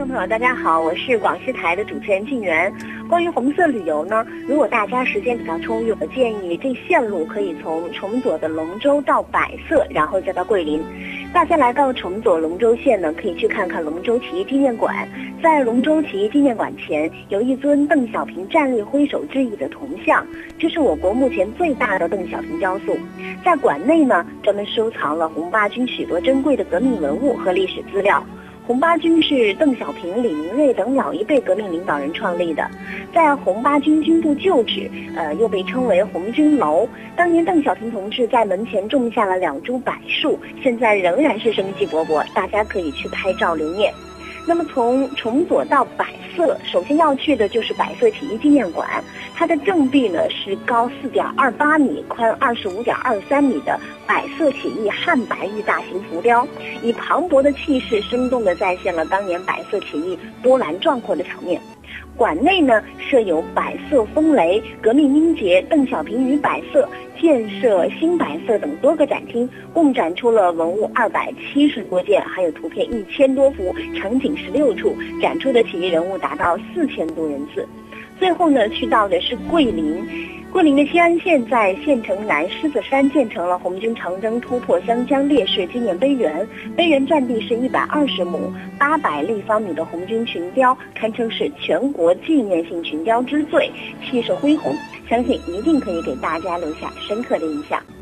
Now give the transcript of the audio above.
众朋友，大家好，我是广视台的主持人静媛。关于红色旅游呢，如果大家时间比较充裕，我建议这线路可以从崇左的龙州到百色，然后再到桂林。大家来到崇左龙州线呢，可以去看看龙州起义纪念馆。在龙州起义纪念馆前有一尊邓小平站立挥手致意的铜像，这是我国目前最大的邓小平雕塑。在馆内呢，专门收藏了红八军许多珍贵的革命文物和历史资料。红八军是邓小平、李明瑞等老一辈革命领导人创立的，在红八军军部旧址，又被称为红军楼。当年邓小平同志在门前种下了2株柏树，现在仍然是生机勃勃，大家可以去拍照留念。那么从崇左到百色，首先要去的就是百色起义纪念馆。它的正壁呢是高4.28米、宽25.23米的百色起义汉白玉大型浮雕，以磅礴的气势生动地再现了当年百色起义波澜壮阔的场面。馆内呢设有百色风雷、革命英杰、邓小平与百色、建设新百色等多个展厅，共展出了文物270多件，还有图片1000多幅，场景16处，展出的起义人物达到4000多人次。最后呢，去到的是桂林。桂林的西安县在县城南狮子山建成了红军长征突破湘江烈士纪念碑园，碑园占地是120亩，800立方米的红军群雕，堪称是全国纪念性群雕之最，气势恢宏，相信一定可以给大家留下深刻的印象。